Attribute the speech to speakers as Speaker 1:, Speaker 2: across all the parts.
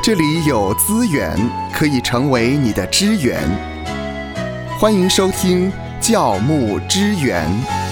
Speaker 1: 这里有资源可以成为你的支援。欢迎收听教牧支援。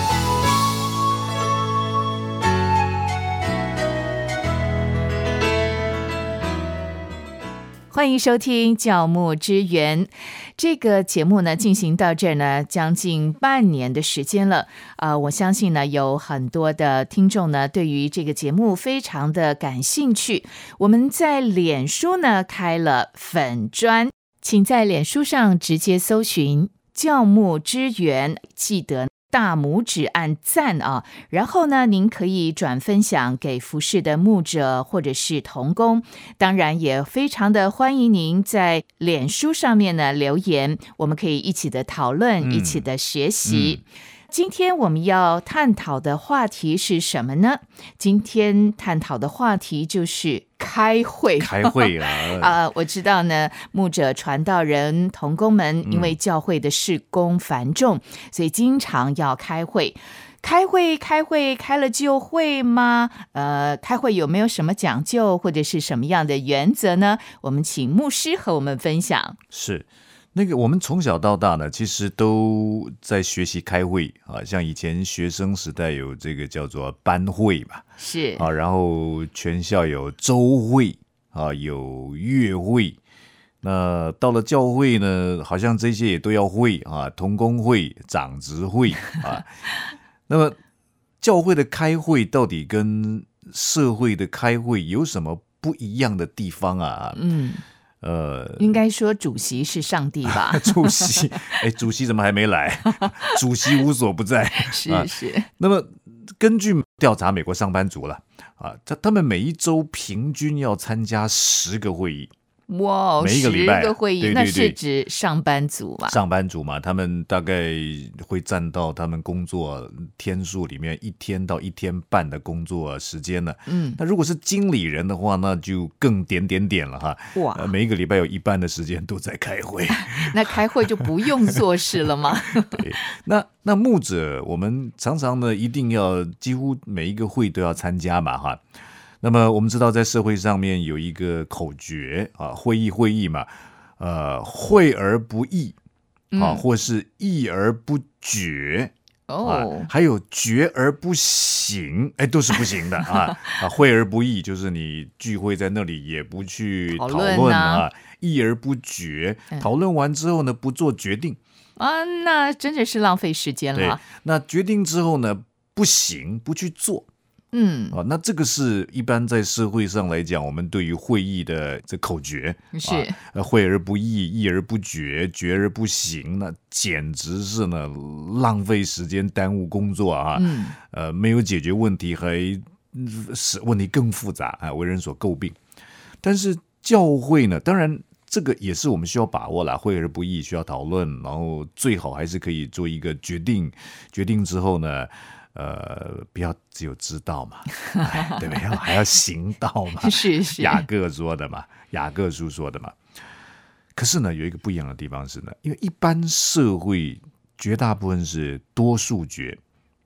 Speaker 2: 欢迎收听教牧支援。这个节目呢进行到这儿呢将近半年的时间了，我相信呢有很多的听众呢对于这个节目非常的感兴趣。我们在脸书呢开了粉专，请在脸书上直接搜寻教牧支援，记得大拇指按赞啊，然后呢您可以转分享给服侍的牧者或者是同工，当然也非常的欢迎您在脸书上面呢留言，我们可以一起的讨论，一起的学习。今天我们要探讨的话题是什么呢？今天探讨的话题就是开会啊！我知道呢，牧者、传道人、同工们因为教会的事工繁重，所以经常要开会。开了就会吗？开会有没有什么讲究，或者是什么样的原则呢？我们请牧师和我们分享。
Speaker 3: 是。我们从小到大呢，其实都在学习开会啊，像以前学生时代有这个叫做班会嘛，
Speaker 2: 是
Speaker 3: 啊，然后全校有周会啊，有月会，那到了教会呢，好像这些也都要会啊，同工会、长执会啊。那么教会的开会到底跟社会的开会有什么不一样的地方啊？
Speaker 2: 应该说主席是上帝吧？
Speaker 3: 主席怎么还没来？主席无所不在。
Speaker 2: 是。
Speaker 3: 那么根据调查美国上班族了啊，他们每一周平均要参加10个会议。
Speaker 2: 哇，
Speaker 3: 每一个礼拜
Speaker 2: 10个会议，
Speaker 3: 对，
Speaker 2: 那是指上班族吧？
Speaker 3: 上班族嘛，他们大概会占到他们工作天数里面1天到1天半的工作时间了。那如果是经理人的话，那就更点了哈。哇，每一个礼拜有一半的时间都在开会。
Speaker 2: 那开会就不用做事了吗？
Speaker 3: 对，那牧者，我们常常呢一定要几乎每一个会都要参加嘛哈。那么我们知道在社会上面有一个口诀啊，会议嘛，会而不议啊，或是议而不决还有决而不行，都是不行的啊。会而不议就是你聚会在那里也不去讨论啊，议而不决，讨论完之后呢不做决定
Speaker 2: 啊，那真的是浪费时间了。
Speaker 3: 对，那决定之后呢不行，不去做。那这个是一般在社会上来讲，我们对于会议的这口诀
Speaker 2: 是
Speaker 3: 会而不议，议而不决，决而不行，那简直是呢浪费时间，耽误工作啊！没有解决问题，还使问题更复杂啊，为人所诟病。但是教会呢，当然这个也是我们需要把握啦，会而不议，需要讨论，然后最好还是可以做一个决定。决定之后呢？不要只有知道嘛，对不对？还要行道嘛，
Speaker 2: 是
Speaker 3: 雅各说的嘛，雅各书说的嘛。可是呢，有一个不一样的地方是呢，因为一般社会绝大部分是多数决，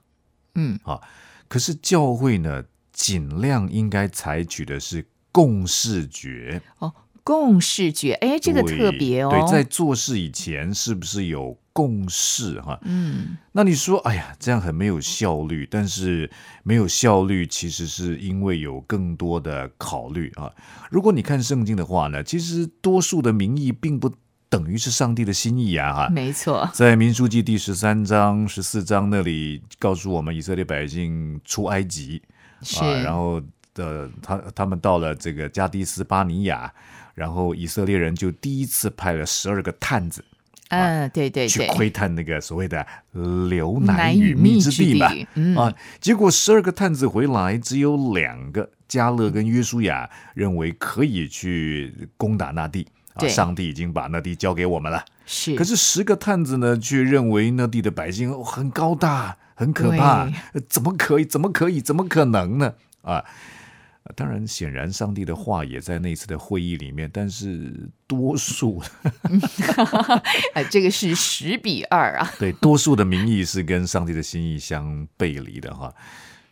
Speaker 3: 可是教会呢，尽量应该采取的是共识决哦。
Speaker 2: 共识决，这个特别哦。
Speaker 3: 对，在做事以前是不是有共识哈？那你说，哎呀，这样很没有效率。但是没有效率，其实是因为有更多的考虑啊。如果你看圣经的话呢，其实多数的民意并不等于是上帝的心意啊！哈，
Speaker 2: 没错，
Speaker 3: 在民数记第13章、14章那里告诉我们，以色列百姓出埃及然后他们到了这个加迪斯巴尼亚。然后以色列人就第一次派了12个探子，
Speaker 2: 对，
Speaker 3: 去窥探那个所谓的流奶与蜜之地嘛，结果12个探子回来，只有2个，迦勒跟约书亚认为可以去攻打那地，上帝已经把那地交给我们了。
Speaker 2: 是，
Speaker 3: 可是10个探子呢，却认为那地的百姓很高大，很可怕，怎么可能呢？当然，显然上帝的话也在那次的会议里面，但是多数
Speaker 2: 这个是10-2啊。
Speaker 3: 对，多数的民意是跟上帝的心意相背离的哈。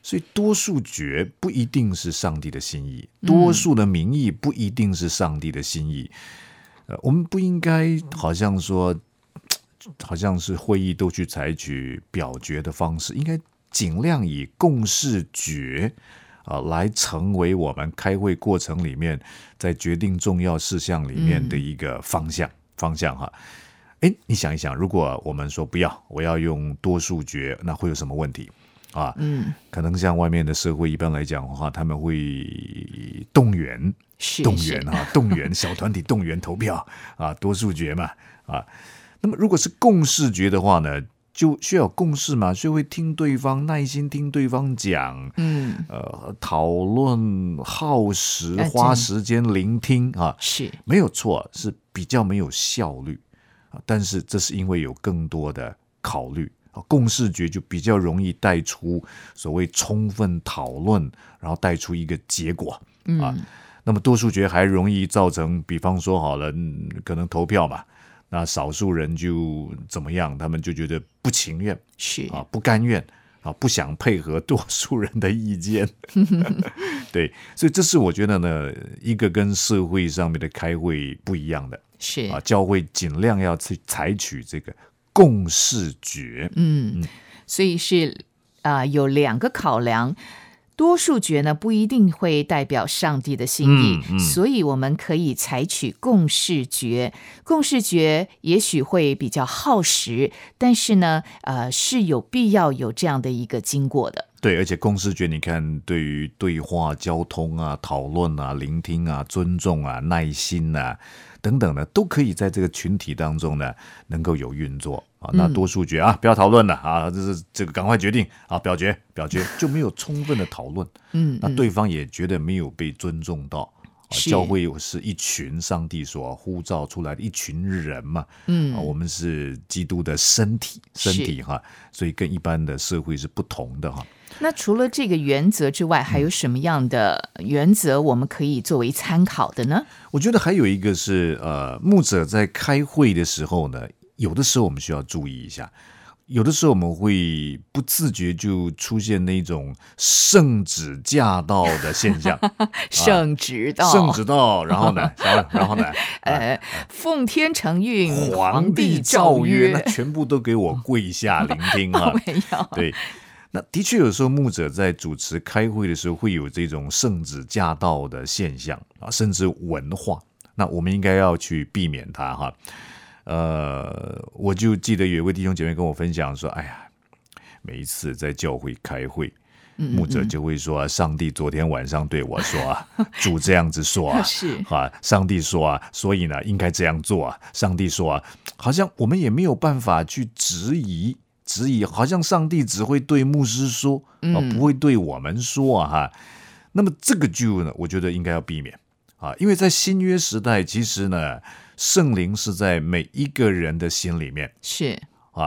Speaker 3: 所以多数决不一定是上帝的心意，多数的民意不一定是上帝的心意。我们不应该好像是会议都去采取表决的方式，应该尽量以共识决来成为我们开会过程里面在决定重要事项里面的一个方向哈。你想一想，如果我们说不要，我要用多数决，那会有什么问题啊？可能像外面的社会一般来讲的话，他们会动员小团体动员投票啊，多数决嘛啊。那么如果是共识决的话呢，就需要有共识嘛，所以会听对方，耐心听对方讲，讨论耗时，花时间聆听啊，
Speaker 2: 是
Speaker 3: 没有错，是比较没有效率，但是这是因为有更多的考虑。共识决就比较容易带出所谓充分讨论，然后带出一个结果那么多数决还容易造成，比方说好了，可能投票嘛，那少数人就怎么样，他们就觉得不情愿，
Speaker 2: 是
Speaker 3: 不甘愿不想配合多数人的意见对，所以这是我觉得呢，一个跟社会上面的开会不一样的，
Speaker 2: 是
Speaker 3: 教会尽量要去采取这个共识决。
Speaker 2: 所以是有2个考量。多数决呢不一定会代表上帝的心意，所以我们可以采取共识决。共识决也许会比较耗时，但是呢是有必要有这样的一个经过的。
Speaker 3: 对，而且共识决你看，对于对话、交通讨论聆听尊重耐心等等呢，都可以在这个群体当中呢能够有运作那多数决不要讨论了这个赶快决定表决就没有充分的讨论那对方也觉得没有被尊重到教会是一群上帝所呼召出来的一群人嘛我们是基督的身体所以跟一般的社会是不同的
Speaker 2: 那除了这个原则之外，还有什么样的原则我们可以作为参考的呢？
Speaker 3: 我觉得还有一个是牧者在开会的时候呢，有的时候我们需要注意一下，有的时候我们会不自觉就出现那种圣旨驾到的现象
Speaker 2: 圣旨到
Speaker 3: 然后呢
Speaker 2: 奉天承运，
Speaker 3: 皇帝诏曰，那全部都给我跪下聆听
Speaker 2: 没有
Speaker 3: 对，那的确有时候牧者在主持开会的时候会有这种圣旨驾到的现象甚至文化，那我们应该要去避免它我就记得有一位弟兄姐妹跟我分享说，每一次在教会开会，牧者就会说上帝昨天晚上对我说主这样子说
Speaker 2: 是
Speaker 3: 上帝说所以呢应该这样做上帝说好像我们也没有办法去质疑，好像上帝只会对牧师说不会对我们说那么这个就呢，我觉得应该要避免因为在新约时代，其实呢圣灵是在每一个人的心里面
Speaker 2: 是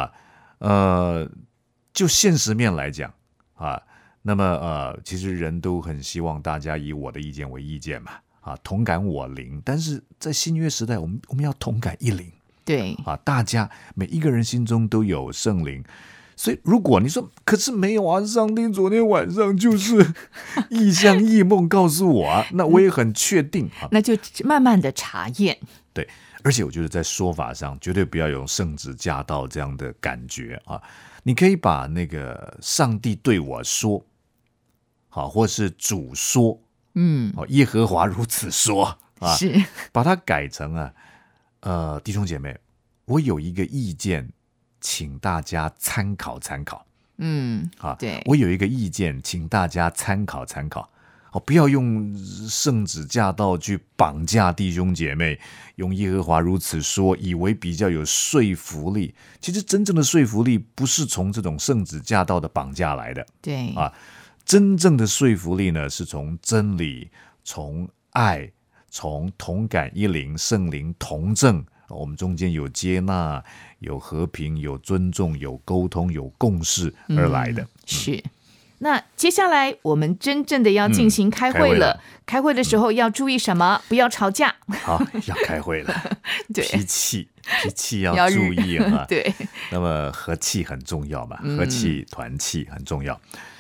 Speaker 3: 就现实面来讲那么其实人都很希望大家以我的意见为意见嘛同感我灵，但是在新约时代我们要同感一灵，
Speaker 2: 对
Speaker 3: 大家每一个人心中都有圣灵，所以如果你说可是没有上帝昨天晚上就是异象异梦告诉我那我也很确定
Speaker 2: 那就慢慢的查验。
Speaker 3: 对，而且我觉得在说法上绝对不要有圣旨驾到这样的感觉你可以把那个上帝对我说或是主说耶和华如此说
Speaker 2: 是
Speaker 3: 把它改成弟兄姐妹，我有一个意见请大家参考参考
Speaker 2: 对，
Speaker 3: 我有一个意见请大家参考参考不要用圣旨驾到去绑架弟兄姐妹，用耶和华如此说以为比较有说服力，其实真正的说服力不是从这种圣旨驾到的绑架来的，
Speaker 2: 对
Speaker 3: 真正的说服力呢是从真理，从爱，从同感一灵，圣灵同证，我们中间有接纳，有和平，有尊重，有沟通，有共识而来的
Speaker 2: 是。那接下来我们真正的要进行开会了，开会的时候要注意什么？不要吵架。
Speaker 3: 好，要开会了
Speaker 2: 对，
Speaker 3: 脾气要注意
Speaker 2: 对，
Speaker 3: 那么和气很重要嘛，和气团气很重要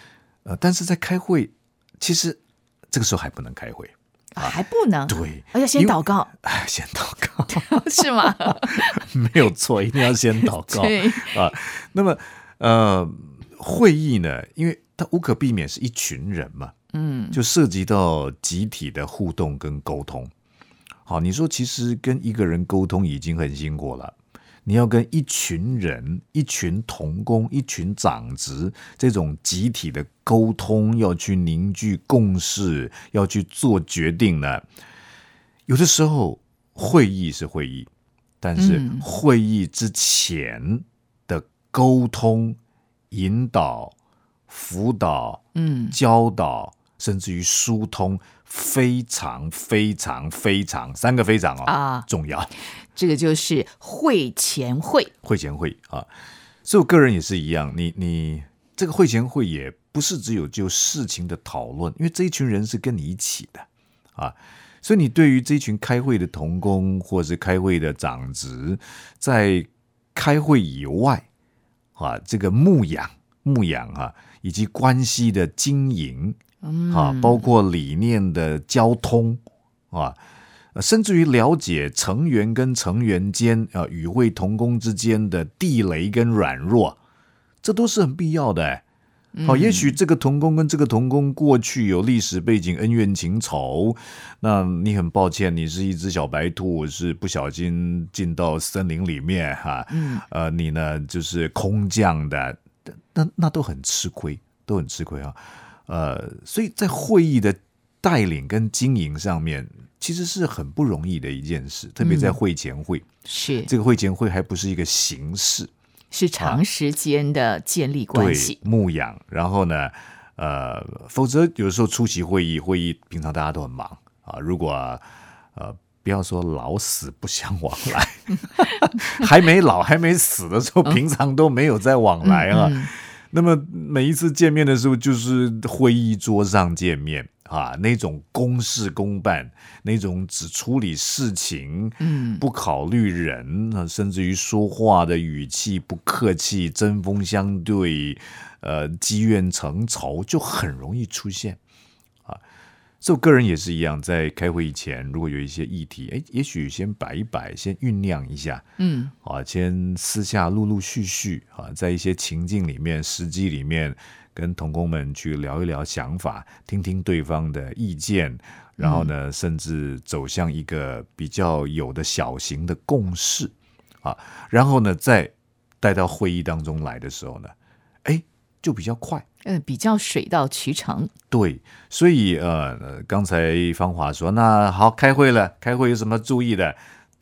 Speaker 3: 但是在开会，其实这个时候还不能开会。
Speaker 2: 还不能，
Speaker 3: 对，
Speaker 2: 要先祷告，
Speaker 3: 先祷告
Speaker 2: 是吗？
Speaker 3: 没有错，一定要先祷告。
Speaker 2: 对
Speaker 3: 啊，那么会议呢，因为它无可避免是一群人嘛，就涉及到集体的互动跟沟通。好，你说其实跟一个人沟通已经很辛苦了，你要跟一群人、一群同工、一群长职这种集体的沟通，要去凝聚共识，要去做决定呢。有的时候会议是会议，但是会议之前的沟通、引导、辅导、教导，甚至于疏通，非常非常非常3个非常重要。
Speaker 2: 这个就是会前会，
Speaker 3: 会前会啊，所以我个人也是一样。你这个会前会也不是只有就事情的讨论，因为这一群人是跟你一起的啊，所以你对于这一群开会的同工或是开会的长职，在开会以外啊，这个牧养啊，以及关系的经营啊，包括理念的交通啊。甚至于了解成员跟成员间与会同工之间的地雷跟软弱，这都是很必要的。好，也许这个同工跟这个同工过去有历史背景恩怨情仇，那你很抱歉，你是一只小白兔，是不小心进到森林里面哈，你呢就是空降的，那都很吃亏，所以在会议的带领跟经营上面，其实是很不容易的一件事，特别在会前会，
Speaker 2: 是
Speaker 3: 这个会前会还不是一个形式，
Speaker 2: 是长时间的建立关系，
Speaker 3: 对，牧养，然后呢，否则有时候出席会议平常大家都很忙啊，如果不要说老死不相往来，还没老还没死的时候，平常都没有在往来啊。那么每一次见面的时候，就是会议桌上见面啊，那种公事公办，那种只处理事情，不考虑人，甚至于说话的语气不客气，针锋相对，积怨成仇，就很容易出现啊。所以我个人也是一样，在开会以前，如果有一些议题，也许先摆一摆，先酝酿一下，先私下陆续在一些情境里面、时机里面，跟同工们去聊一聊想法，听听对方的意见，然后呢，甚至走向一个比较有的小型的共识啊，然后呢，再带到会议当中来的时候呢，就比较快。
Speaker 2: 比较水到渠成。对，
Speaker 3: 所以刚才芳华说，那好，开会了，开会有什么注意的？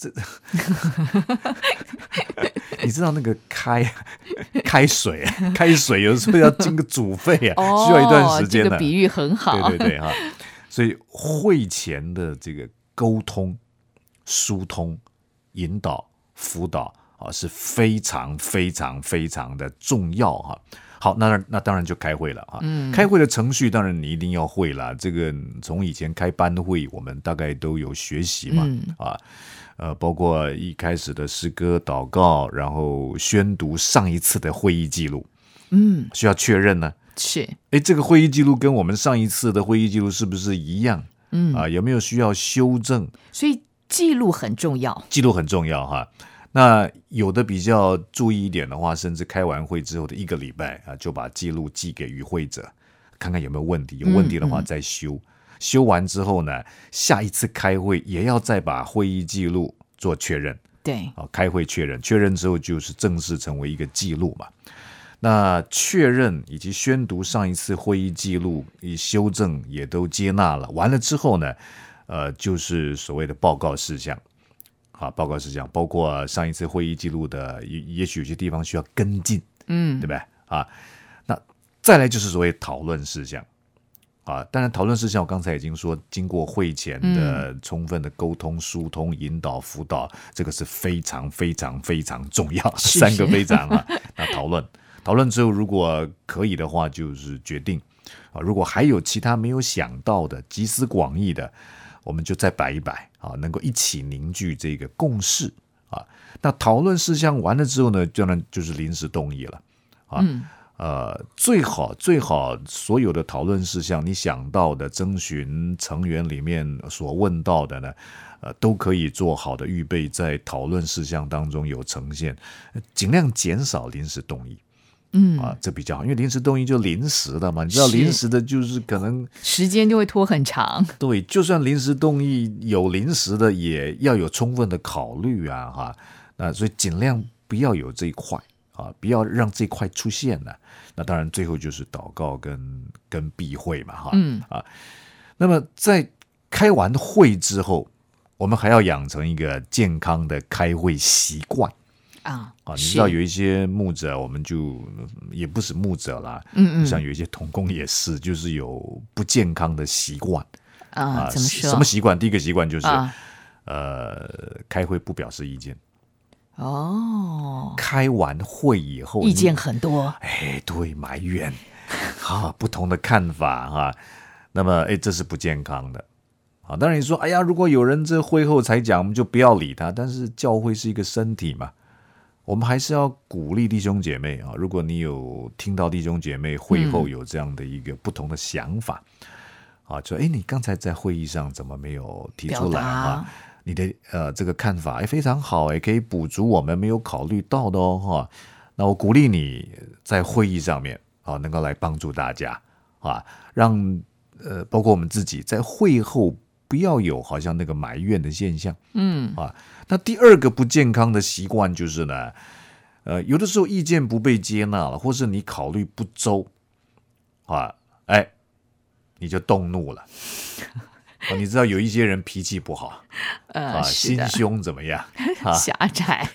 Speaker 3: 你知道那个开水有的时候要经个煮沸需要一段时间的。
Speaker 2: 这个比喻很好。
Speaker 3: 对哈，所以会前的这个沟通、疏通、引导、辅导是非常非常非常的重要哈。好，那当然就开会了啊。开会的程序当然你一定要会啦，这个从以前开班会我们大概都有学习嘛，包括一开始的诗歌祷告，然后宣读上一次的会议记录，需要确认呢，
Speaker 2: 是
Speaker 3: 这个会议记录跟我们上一次的会议记录是不是一样？有没有需要修正？
Speaker 2: 所以记录很重要，
Speaker 3: 哈。那有的比较注意一点的话，甚至开完会之后的1个礼拜就把记录寄给与会者，看看有没有问题，有问题的话再修。修完之后呢，下一次开会也要再把会议记录做确认。
Speaker 2: 对，
Speaker 3: 开会确认之后就是正式成为一个记录嘛。那确认以及宣读上一次会议记录，修正也都接纳了。完了之后呢，就是所谓的报告事项。报告事项包括上一次会议记录的，也许有些地方需要跟进，对不对？那再来就是所谓讨论事项。当然讨论事项我刚才已经说，经过会前的充分的沟通、疏通、引导、辅导，这个是非常非常非常重要，3个非常那讨论之后，如果可以的话，就是决定如果还有其他没有想到的、集思广益的，我们就再摆一摆能够一起凝聚这个共识那讨论事项完了之后呢，当然就是临时动议了最好所有的讨论事项，你想到的征询成员里面所问到的呢，都可以做好的预备，在讨论事项当中有呈现，尽量减少临时动议。这比较好，因为临时动议就临时的嘛，你知道临时的就是可能
Speaker 2: 时间就会拖很长。
Speaker 3: 对，就算临时动议有临时的，也要有充分的考虑啊，哈，那所以尽量不要有这一块啊，不要让这一块出现了。那当然，最后就是祷告跟避会嘛，哈，那么在开完会之后，我们还要养成一个健康的开会习惯。你知道有一些牧者，我们就也不是牧者啦，像有一些同工也是，就是有不健康的习惯
Speaker 2: 怎么说？
Speaker 3: 什么习惯？第一个习惯就是，开会不表示意见。开完会以后，
Speaker 2: 意见很多，
Speaker 3: 对，埋怨不同的看法那么这是不健康的。当然你说，哎呀，如果有人这会后才讲，我们就不要理他。但是教会是一个身体嘛。我们还是要鼓励弟兄姐妹如果你有听到弟兄姐妹会后有这样的一个不同的想法就你刚才在会议上怎么没有提出来你的这个看法非常好可以补足我们没有考虑到的那我鼓励你在会议上面能够来帮助大家让包括我们自己在会后不要有好像那个埋怨的现象。那第二个不健康的习惯就是呢，有的时候意见不被接纳了，或是你考虑不周你就动怒了。你知道有一些人脾气不好心胸怎么样
Speaker 2: 狭窄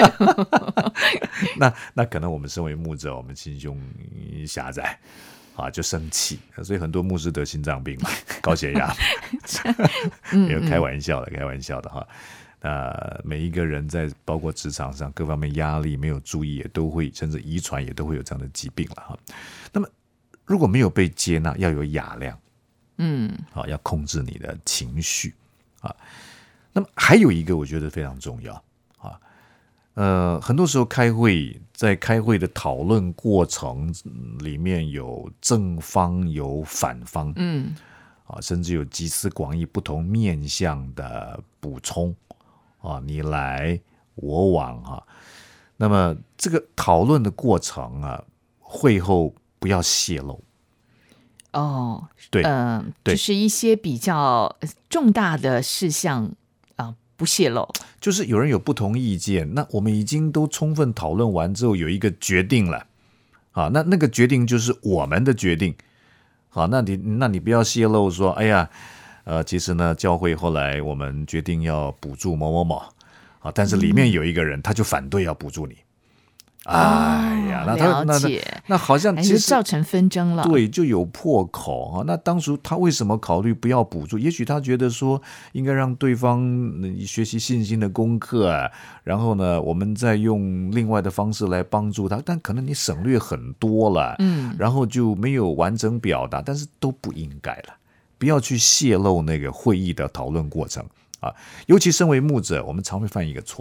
Speaker 3: 那可能我们身为牧者，我们心胸狭窄就生气，所以很多牧师得心脏病嘛，高血压没有开玩笑的哈。每一个人在包括职场上各方面压力没有注意，也都会甚至遗传也都会有这样的疾病了哈。那么如果没有被接纳，要有雅量，要控制你的情绪那么还有一个我觉得非常重要很多时候在开会的讨论过程里面有正方有反方，甚至有集思广益不同面向的补充你来我往那么这个讨论的过程会后不要泄露。对，
Speaker 2: 就是一些比较重大的事项不泄露。
Speaker 3: 就是有人有不同意见，那我们已经都充分讨论完之后有一个决定了那个决定就是我们的决定那你不要泄露说哎呀其实呢教会后来我们决定要补助某某某但是里面有一个人他就反对要补助你那好像其实
Speaker 2: 还是造成纷争了。
Speaker 3: 对，就有破口那当初他为什么考虑不要补助？也许他觉得说应该让对方学习信心的功课然后呢我们再用另外的方式来帮助他，但可能你省略很多了然后就没有完整表达，但是都不应该了。不要去泄露那个会议的讨论过程尤其身为牧者，我们常会犯一个错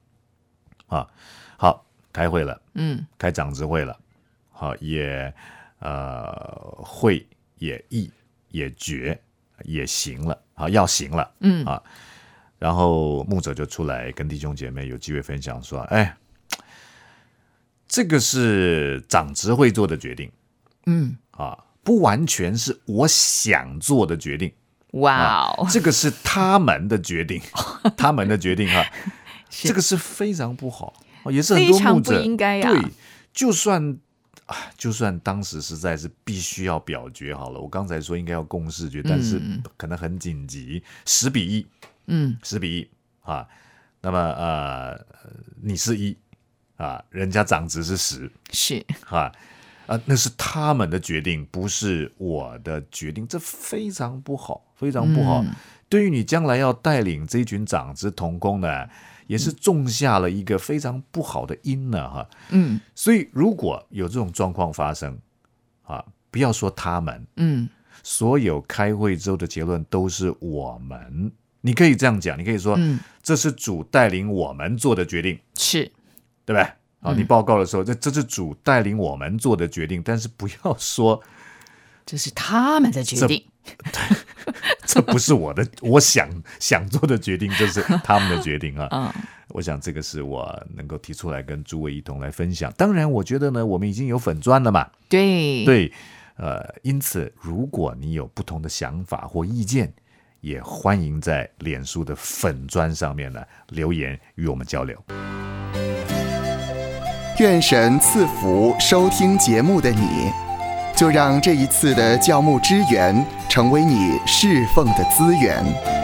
Speaker 3: 好，开会了开长执会了也会也议也决也行了要行了然后牧者就出来跟弟兄姐妹有机会分享说这个是长执会做的决定不完全是我想做的决定。这个是他们的决定他们的决定这个是非常不好也是很多牧者
Speaker 2: 非常不应该
Speaker 3: 对，就算当时实在是必须要表决好了，我刚才说应该要共识决，但是可能很紧急，10-1，10比1那么你是1人家长执是10，
Speaker 2: 是
Speaker 3: 那是他们的决定，不是我的决定，这非常不好，非常不好。对于你将来要带领这一群长执同工呢，也是种下了一个非常不好的因呢所以如果有这种状况发生不要说他们所有开会之后的结论都是我们。你可以这样讲，你可以说这是主带领我们做的决定，
Speaker 2: 是
Speaker 3: 对不对你报告的时候，这是主带领我们做的决定，但是不要说
Speaker 2: 这是他们的决定。
Speaker 3: 这不是我想做的决定，这是他们的决定啊。我想这个是我能够提出来跟诸位一同来分享。当然，我觉得呢，我们已经有粉专了嘛。对，因此，如果你有不同的想法或意见，也欢迎在脸书的粉专上面呢留言与我们交流。
Speaker 1: 愿神赐福收听节目的你，就让这一次的教牧支援成为你侍奉的资源。